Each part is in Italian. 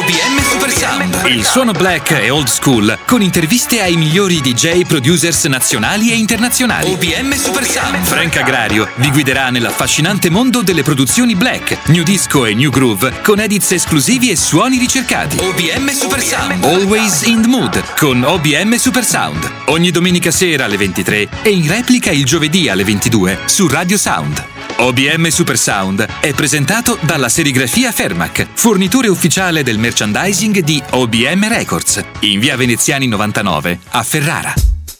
OBM Super Sound, il suono black e old school, con interviste ai migliori DJ producers nazionali e internazionali. OBM Super Sound. Frank Agrario vi guiderà nell'affascinante mondo delle produzioni black, new disco e new groove, con edits esclusivi e suoni ricercati. OBM Super Sound. Always in the mood con OBM Super Sound. Ogni domenica sera alle 23 e in replica il giovedì alle 22 su Radio Sound. OBM Super Sound è presentato dalla serigrafia Fermac, fornitore ufficiale del merchandising di OBM Records, in via Veneziani 99 a Ferrara.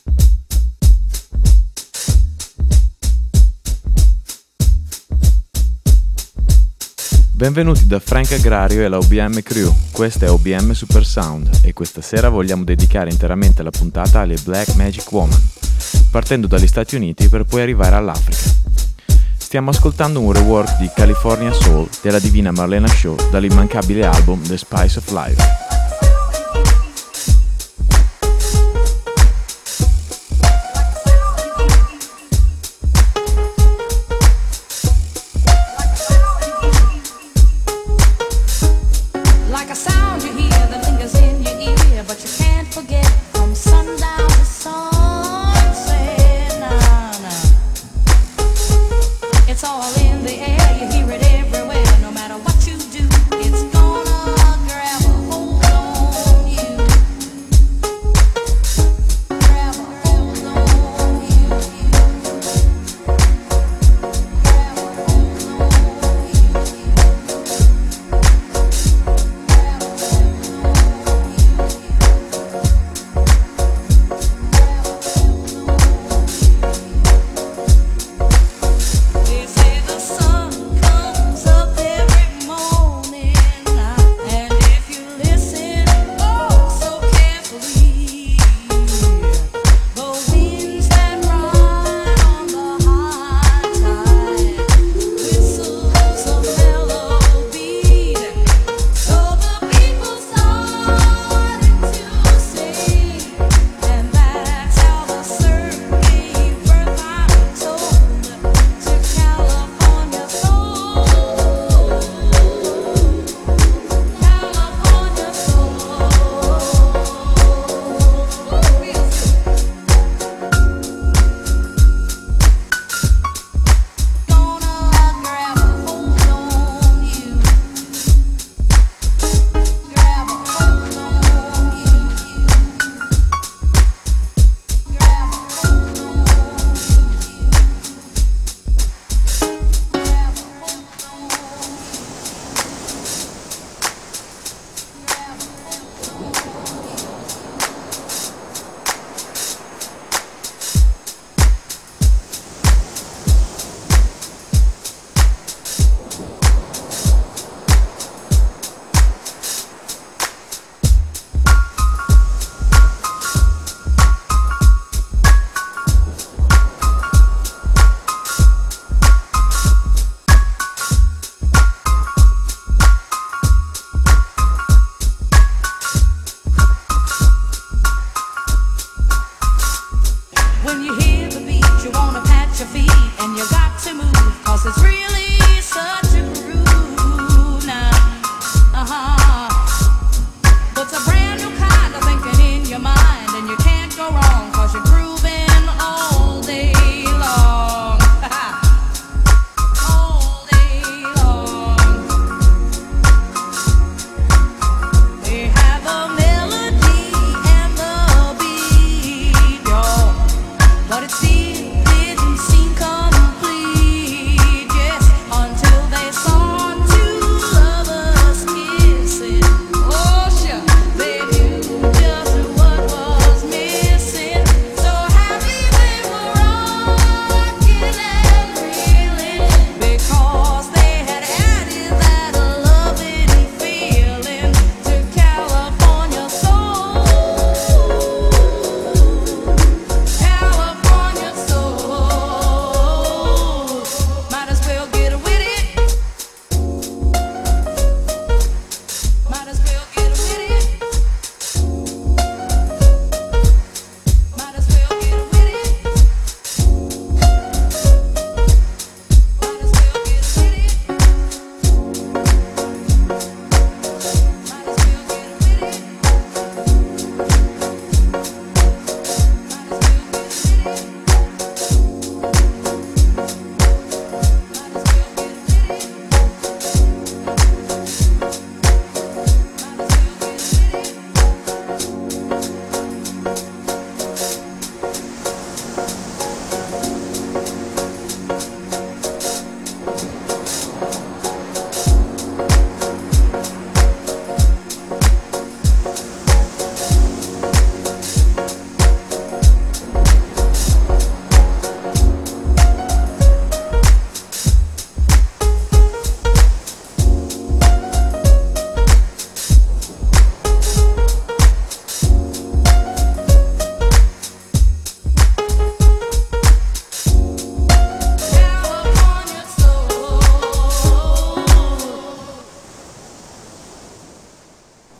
Benvenuti da Frank Agrario e la OBM Crew, questa è OBM Super Sound e questa sera vogliamo dedicare interamente la puntata alle Black Magic Woman, partendo dagli Stati Uniti per poi arrivare all'Africa. Stiamo ascoltando un rework di California Soul della divina Marlena Shaw dall'immancabile album The Spice of Life. Everywhere, no matter what you do, it's gonna grab a hold.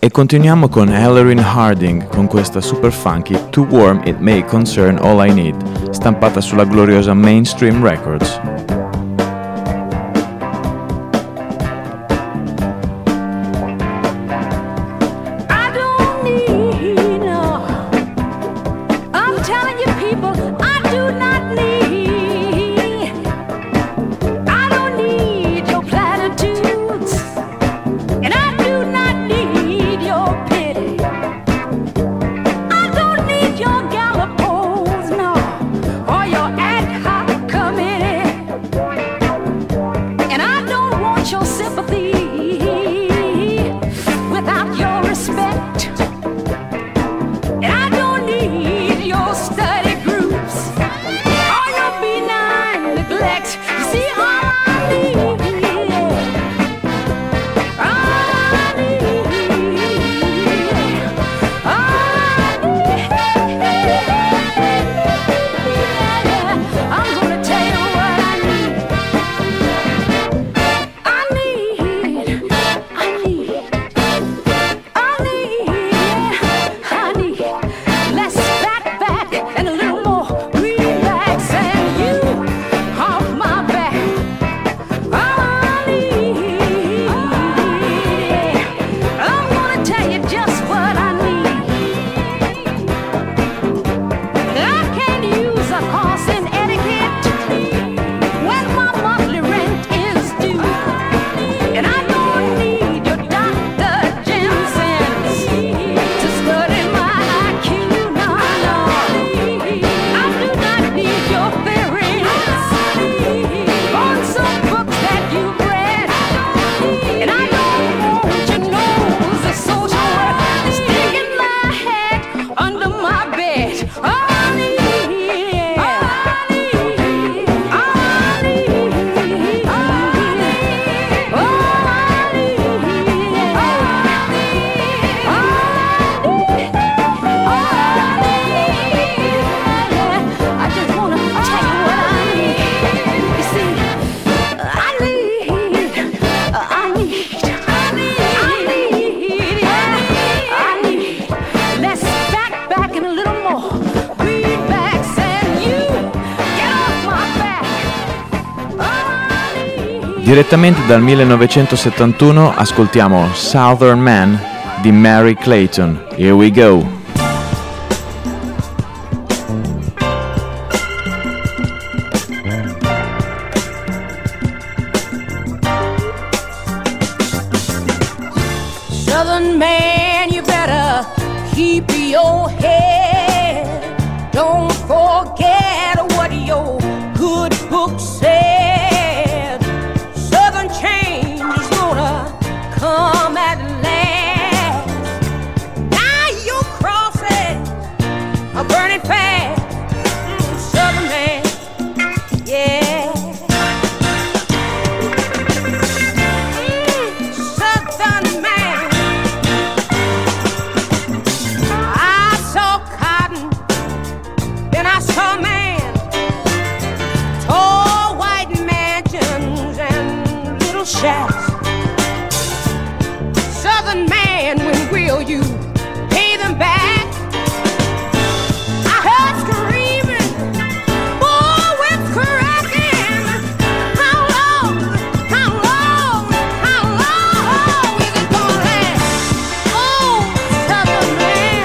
E continuiamo con Ellerin Harding con questa super funky Too Warm It May Concern All I Need, stampata sulla gloriosa Mainstream Records. Direttamente dal 1971 ascoltiamo Southern Man di Mary Clayton. Here we go! Southern man, you better keep your head. Don't forget what your good book said. Come at last. Now you're crossing a burning path. Southern man, yeah. Southern man. I saw cotton, then I saw man. Tall white mansions and little shacks. Southern man, when will you pay them back? I heard screaming, bullwhips cracking. How long is it gonna last? Oh, Southern man,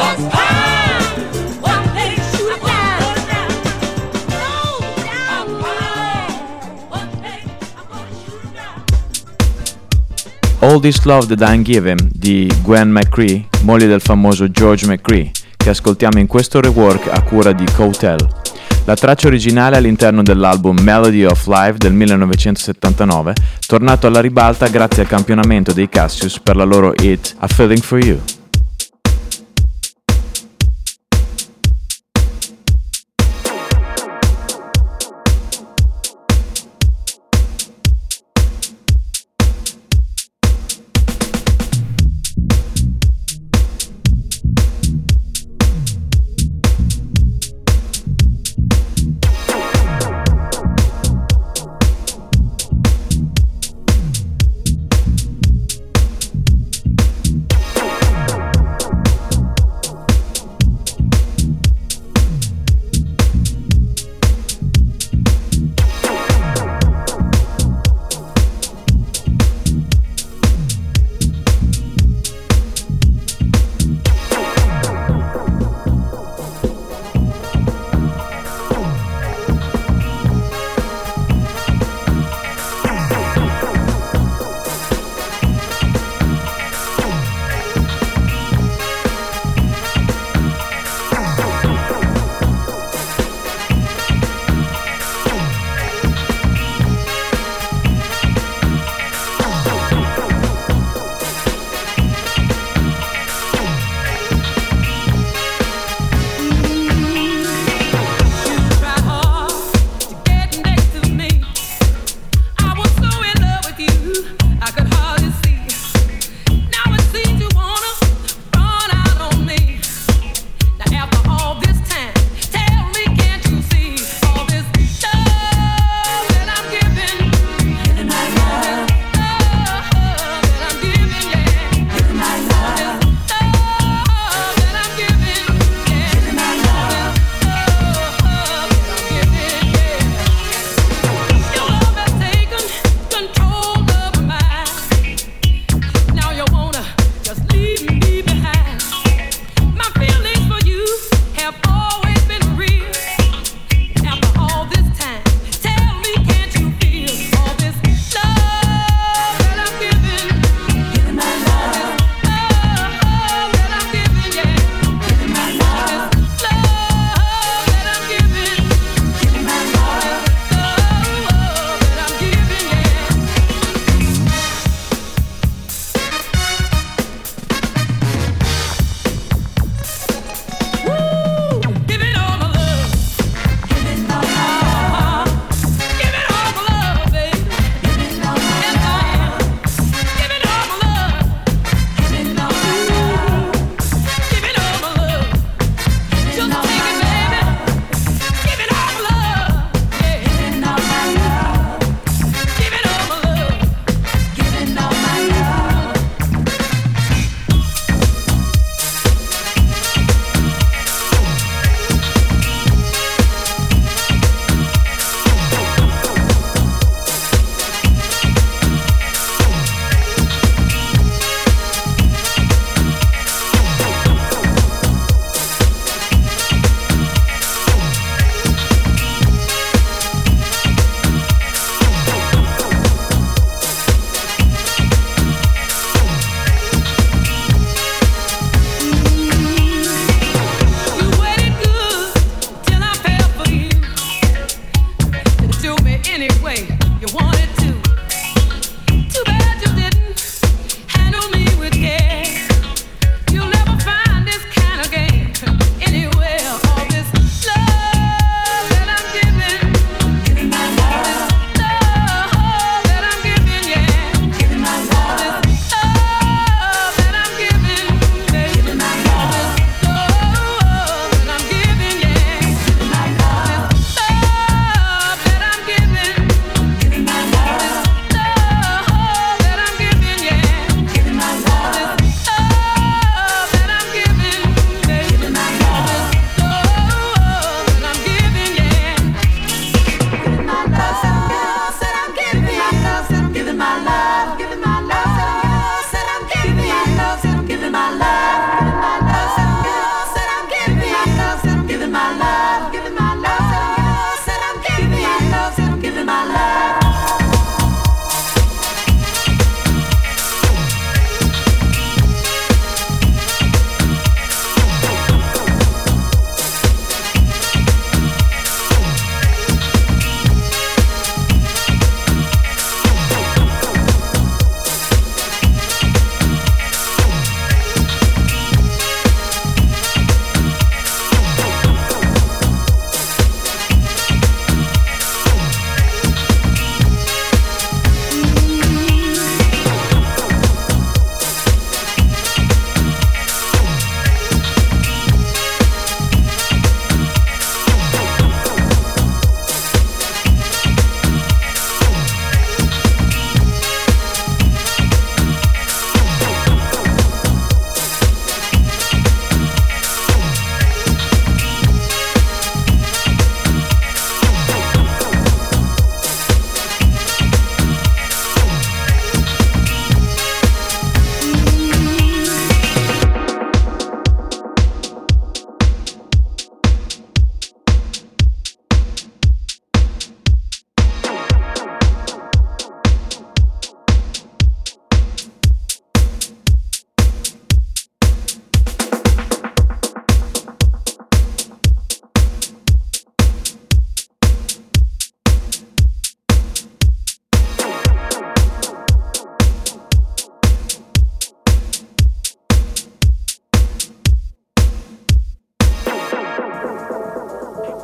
All This Love That I'm Giving di Gwen McCree, moglie del famoso George McCree, che ascoltiamo in questo rework a cura di Cotel. La traccia originale all'interno dell'album Melody of Life del 1979, tornato alla ribalta grazie al campionamento dei Cassius per la loro hit A Feeling For You.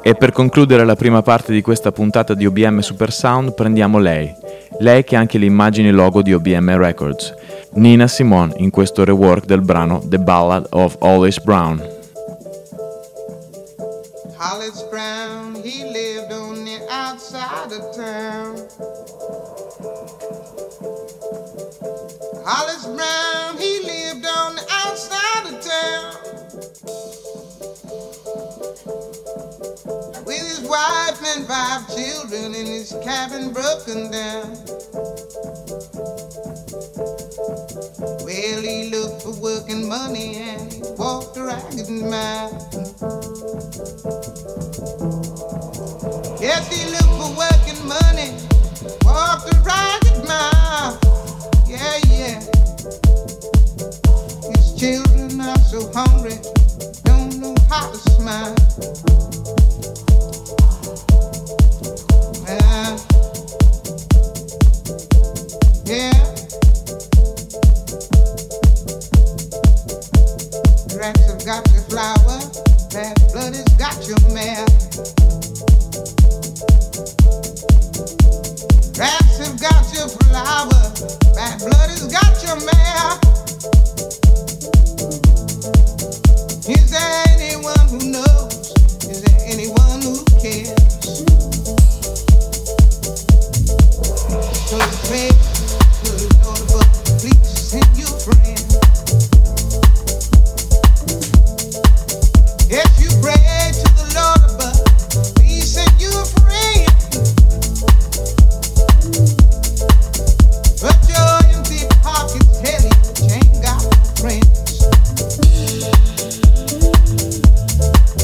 E per concludere la prima parte di questa puntata di OBM Super Sound prendiamo lei che è anche l'immagine logo di OBM Records, Nina Simone, in questo rework del brano The Ballad of Hollis Brown. Hollis Brown, he lived on the outside of town. Hollis Brown, he lived on the outside of town. With his wife and 5 children in his cabin broken down. Well, he looked for work and money and he walked a ragged mile. Yes, he looked for work and money, walked a ragged mile. Yeah, yeah. His children are so hungry, don't know how to smile. Yeah. Rats have got your flower, bad blood has got your mare. Rats have got your flower, bad blood has got your mare. Is there anyone who knows? Is there anyone who cares? So pray to the Lord above, please send your friend. Yes, you pray to the Lord above, please send your friend. But your empty pockets tell you that you ain't got friends.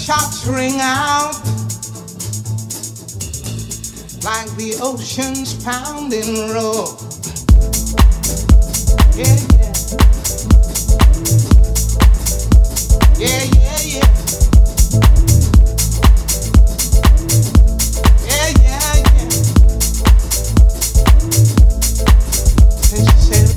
shots ring out like the ocean's pounding roll. Yeah, yeah. Yeah, yeah, yeah. Yeah, yeah, yeah. And she said,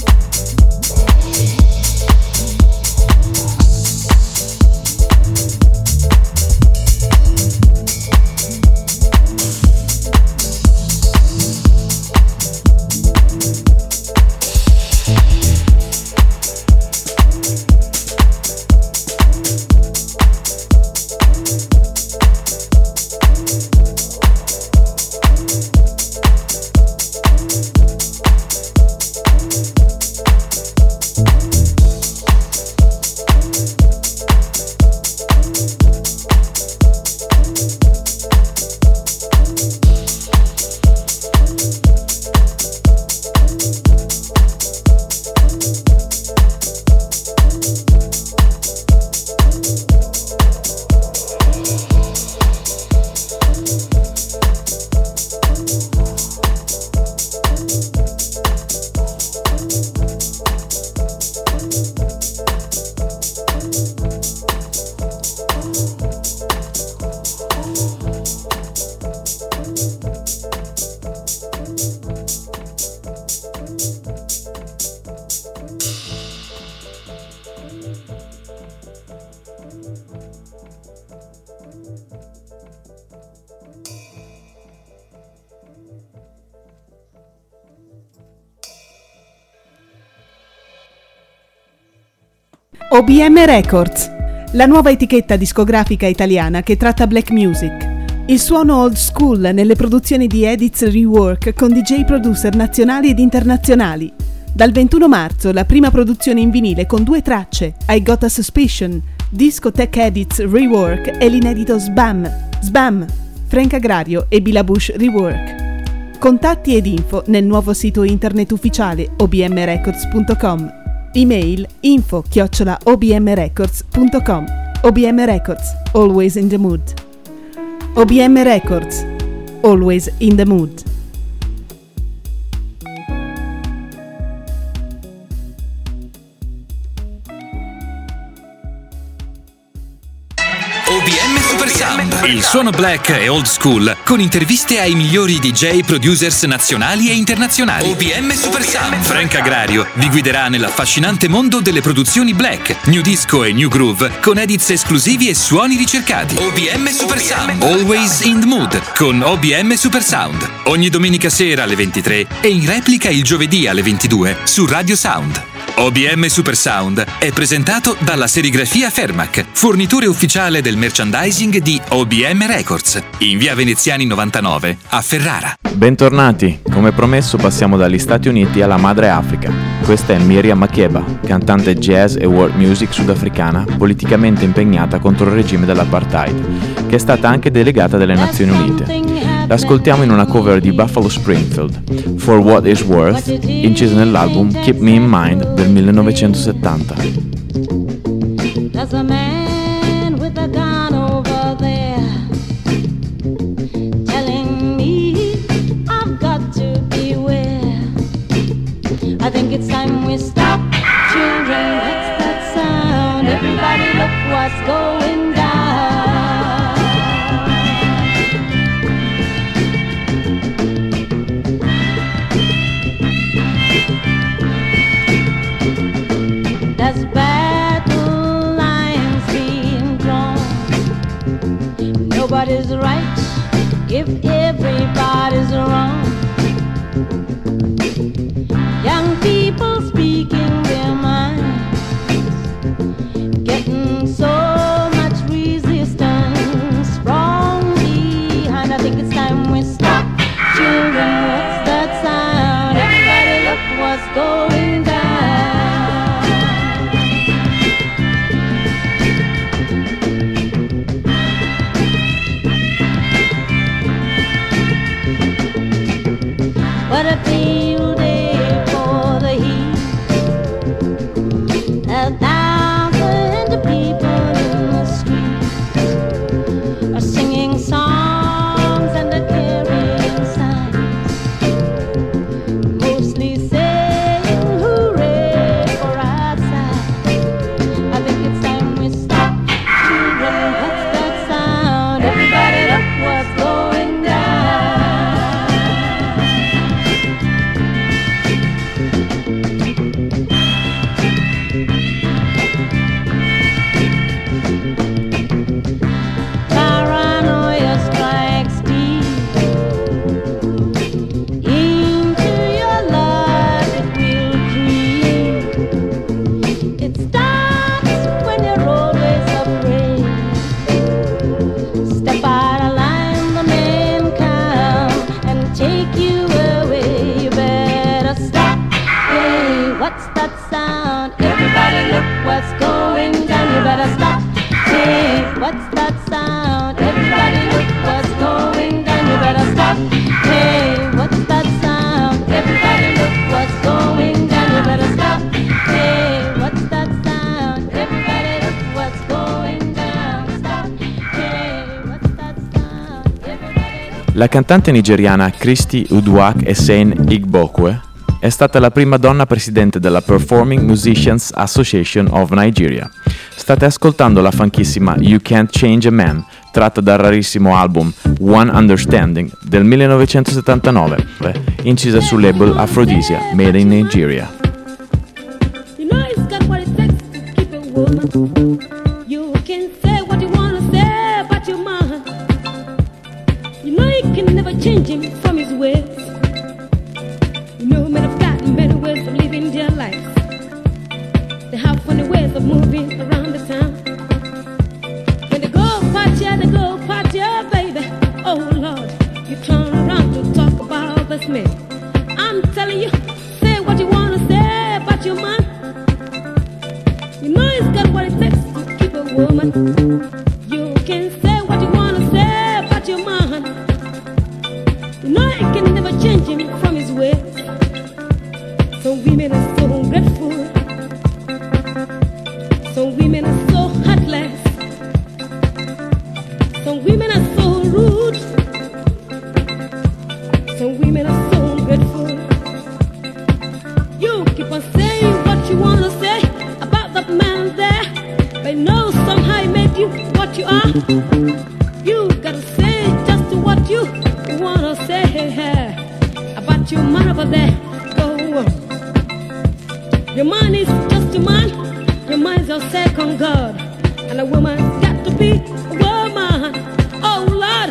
OBM Records, la nuova etichetta discografica italiana che tratta black music. Il suono old school nelle produzioni di Edits Rework con DJ producer nazionali ed internazionali. Dal 21 marzo la prima produzione in vinile con 2 tracce, I Got a Suspicion, Disco Tech Edits Rework e l'inedito Sbam, Frank Agrario e Billa Bush Rework. Contatti ed info nel nuovo sito internet ufficiale obmrecords.com. Email info@obmrecords.com. OBM Records, always in the mood. OBM Records, always in the mood. OBM Super Sound, il suono black e old school con interviste ai migliori DJ producers nazionali e internazionali. OBM Super Sound, Frank Agrario vi guiderà nell'affascinante mondo delle produzioni black, new disco e new groove con edits esclusivi e suoni ricercati. OBM Super Sound, always in the mood con OBM Super Sound. Ogni domenica sera alle 23 e in replica il giovedì alle 22 su Radio Sound. OBM Super Sound è presentato dalla serigrafia Fermac, fornitore ufficiale del merchandising di OBM Records, in via Veneziani 99 a Ferrara. Bentornati, come promesso passiamo dagli Stati Uniti alla madre Africa. Questa è Miriam Makeba, cantante jazz e world music sudafricana, politicamente impegnata contro il regime dell'apartheid, che è stata anche delegata delle Nazioni Unite. L'ascoltiamo in una cover di Buffalo Springfield, For What It's Worth, incisa nell'album Keep Me in Mind del 1970. There's a man with a gun over there telling me I've got to beware. I think it's time we stop. Children, what's that sound? Everybody look what's going down. There's battle lines being drawn. Nobody's right if everybody's wrong. Young people speaking their minds, getting so much resistance from behind. I think it's time we stop. Children, what's that sound? Everybody look what's going down. What a field day for the heat. La cantante nigeriana Christy Uduak Essene Igbokwe è stata la prima donna presidente della Performing Musicians Association of Nigeria. State ascoltando la funchissima You Can't Change a Man, tratta dal rarissimo album One Understanding del 1979, incisa sul label Aphrodisia, made in Nigeria. You know it's got what it takes to keep a woman. You can say what you wanna say about your man. You know you can never change him from his ways. You know men have got many ways of living their lives. They have funny ways of moving around the town. When they go party, baby. Oh Lord, you turn around to talk about this man. I'm telling you, say what you wanna say about your man. You know he's got what it takes to keep a woman. You can say what you wanna say about your man. You know you can never change him from his ways. Some women are so ungrateful. Some women are so heartless. Some women are so rude. Some women are so ungrateful. You keep on saying what you wanna say about that man there, but no, somehow he made you what you are. You gotta say just what you wanna say about your man over there. Go on. Your man is just a man. Your mind's your second God, and a woman's got to be a woman. Oh Lord.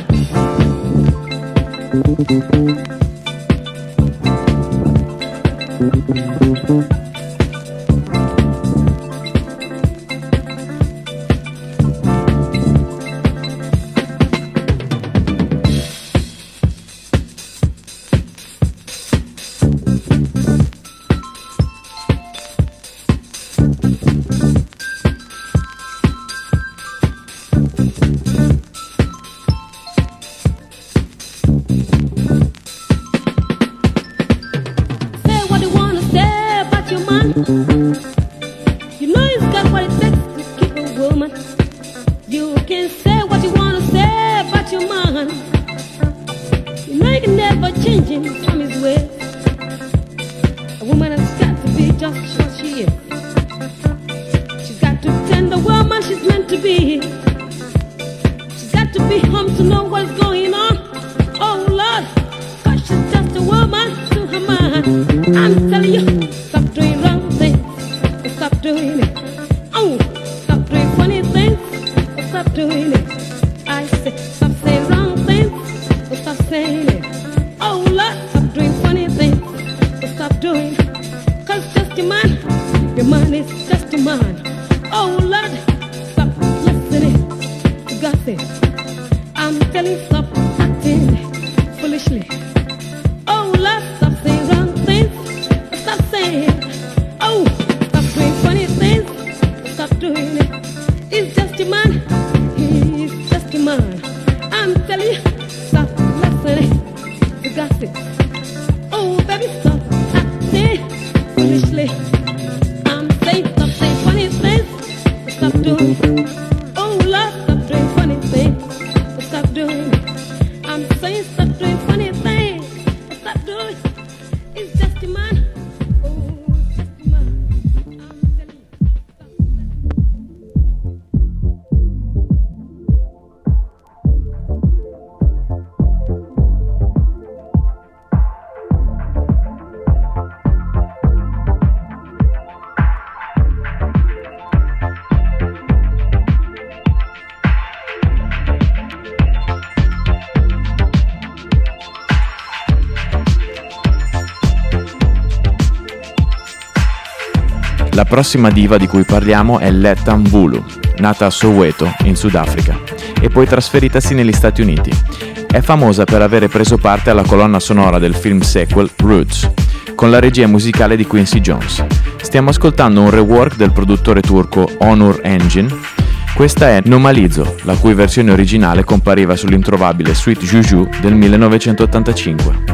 La prossima diva di cui parliamo è Letta Mbulu, nata a Soweto, in Sudafrica, e poi trasferitasi negli Stati Uniti. È famosa per avere preso parte alla colonna sonora del film sequel Roots, con la regia musicale di Quincy Jones. Stiamo ascoltando un rework del produttore turco Onur Engin. Questa è Nomalizo, la cui versione originale compariva sull'introvabile Sweet Juju del 1985.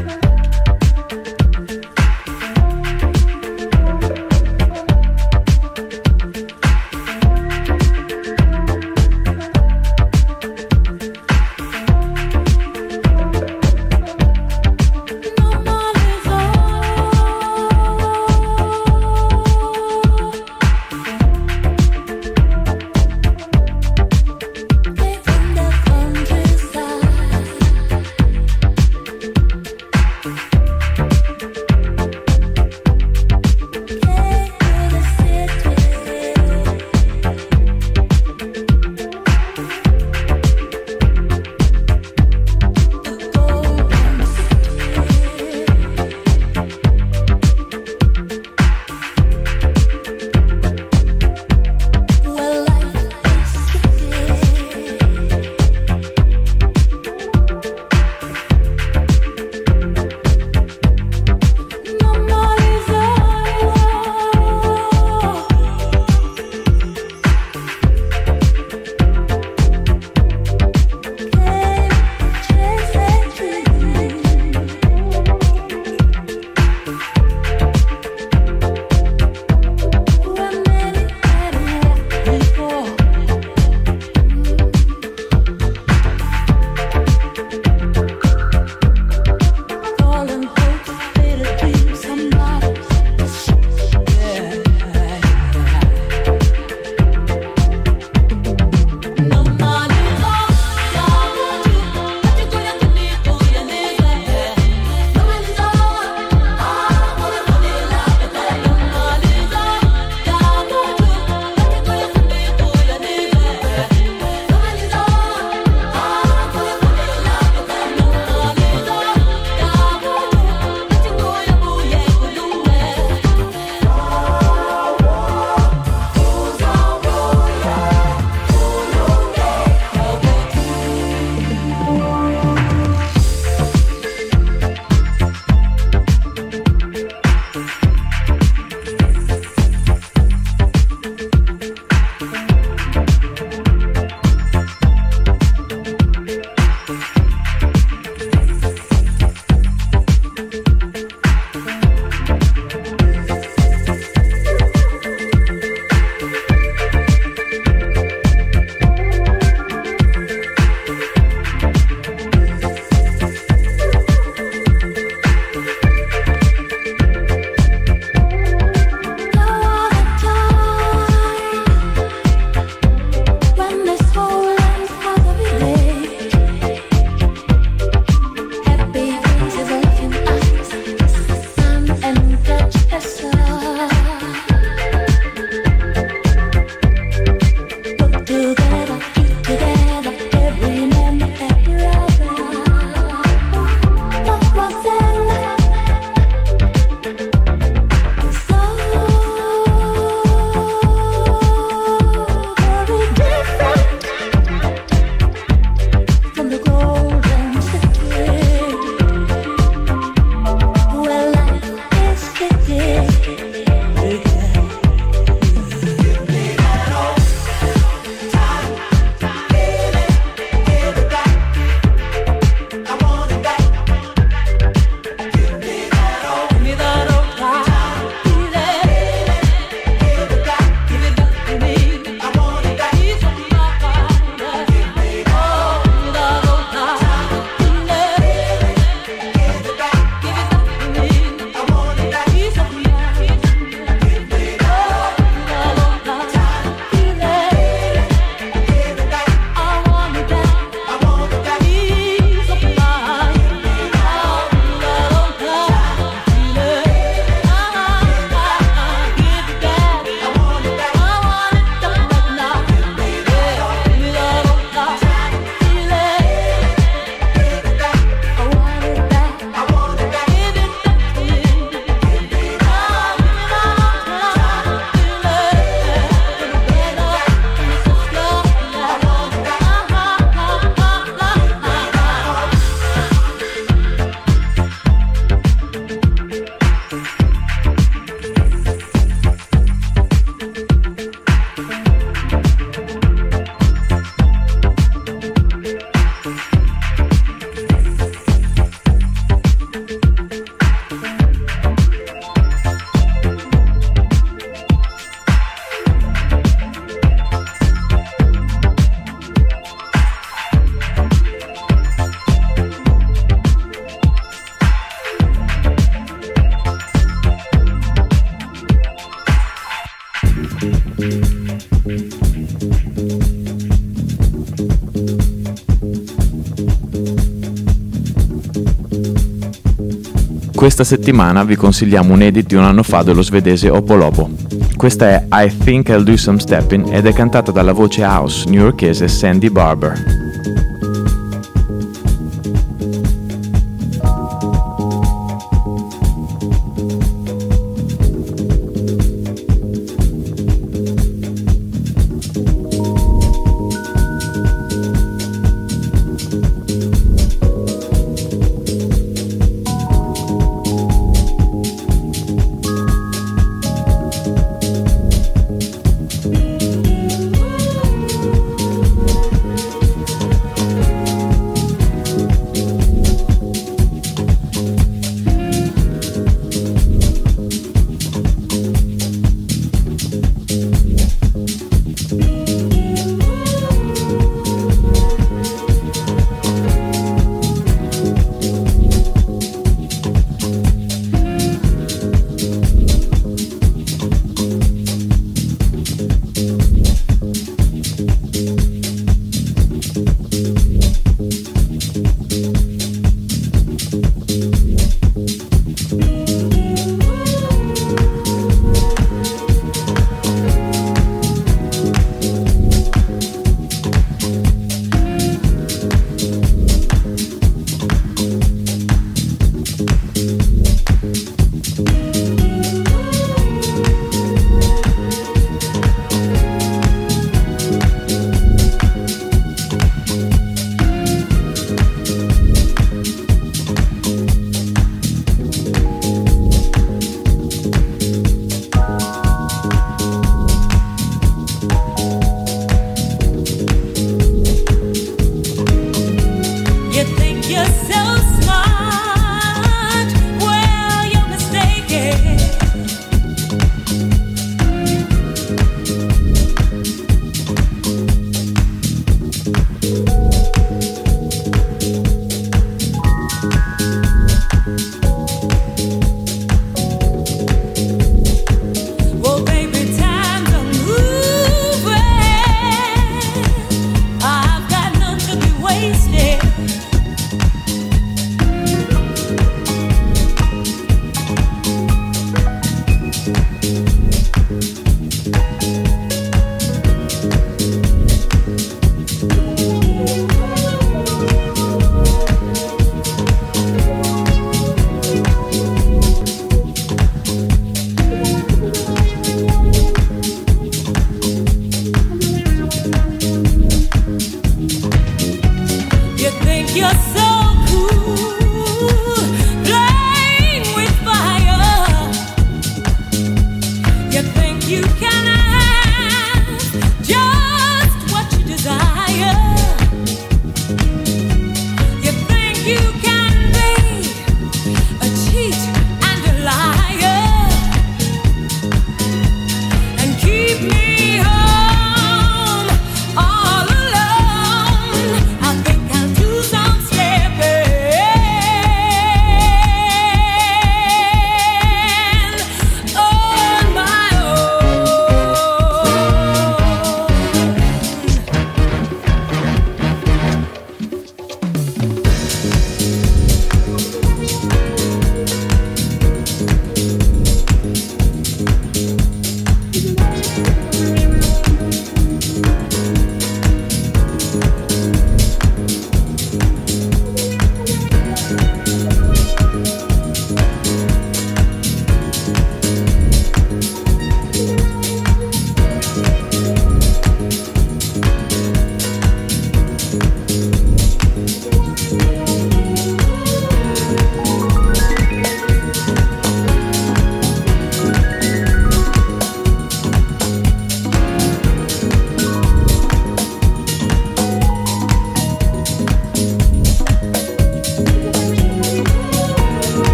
Questa settimana vi consigliamo un edit di un anno fa dello svedese Opolopo. Questa è I Think I'll Do Some Steppin' ed è cantata dalla voce house newyorkese Sandy Barber.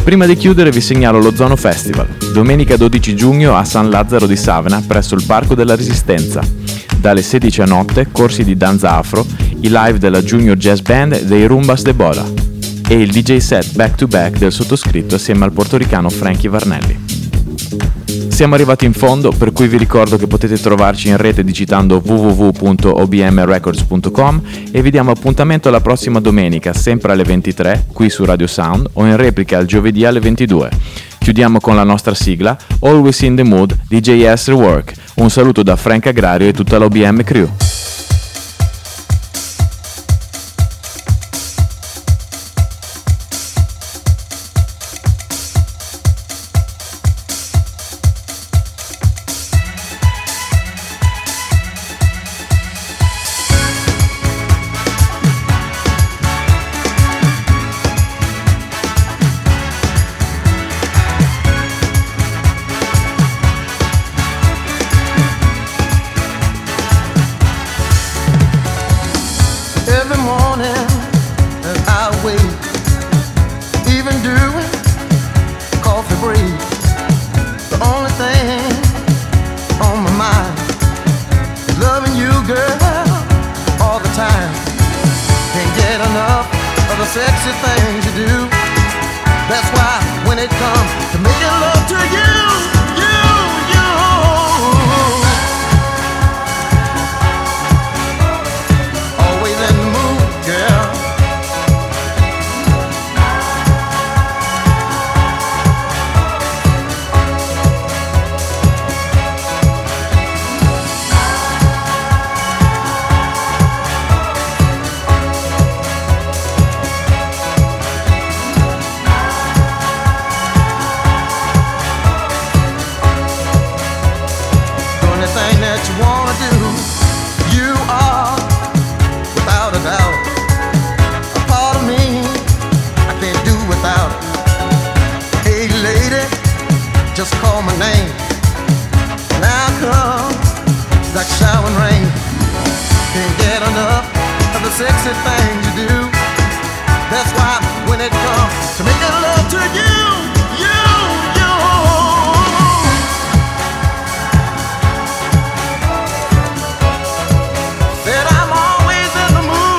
Prima di chiudere vi segnalo lo Zono Festival, domenica 12 giugno a San Lazzaro di Savena presso il Parco della Resistenza. Dalle 16 a notte corsi di danza afro, i live della Junior Jazz Band dei Rumbas de Bola e il DJ set back to back del sottoscritto assieme al portoricano Frankie Varnelli. Siamo arrivati in fondo, per cui vi ricordo che potete trovarci in rete digitando www.obmrecords.com e vi diamo appuntamento alla prossima domenica, sempre alle 23, qui su Radio Sound, o in replica il giovedì alle 22. Chiudiamo con la nostra sigla, Always in the Mood di JS Rework. Un saluto da Frank Agrario e tutta la OBM Crew. Sexy things you do. That's why when it comes to making love to you, always in the mood, girl. Just call my name. Now come like showering rain. Can't get enough of the sexy things you do. That's why when it comes to making love to you, said I'm always in the mood.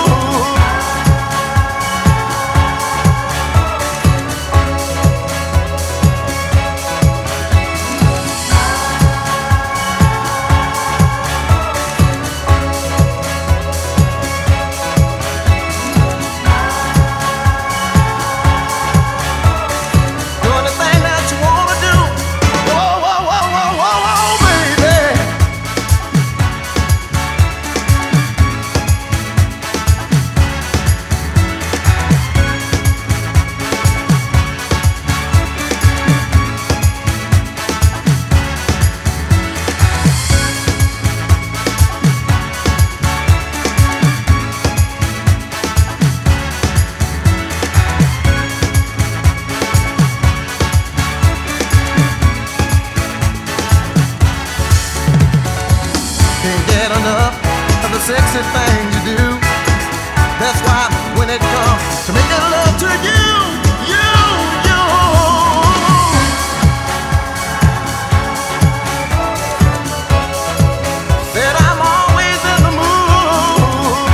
Sexy things you do. That's why when it comes to making love to you, said I'm always in the mood.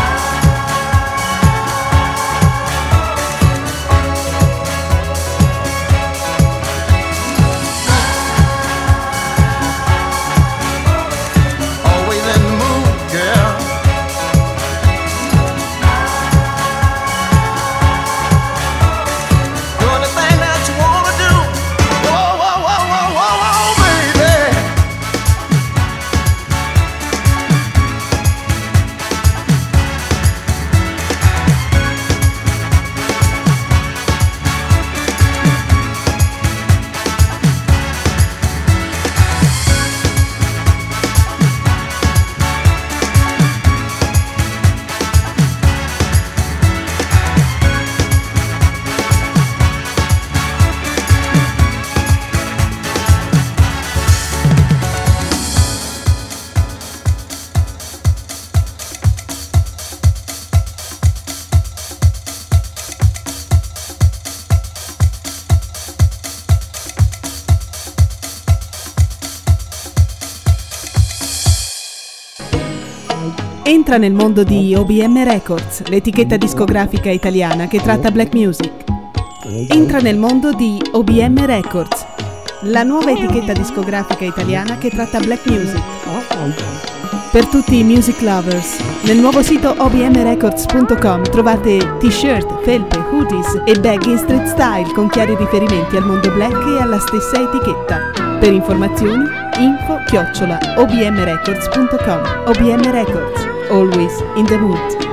Always in the mood, girl. Entra nel mondo di OBM Records, l'etichetta discografica italiana che tratta black music. Entra nel mondo di OBM Records, la nuova etichetta discografica italiana che tratta black music. Per tutti i music lovers, nel nuovo sito obmrecords.com trovate t-shirt, felpe, hoodies e bag in street style con chiari riferimenti al mondo black e alla stessa etichetta. Per informazioni, info@obmrecords.com. OBM Records, always in the mood.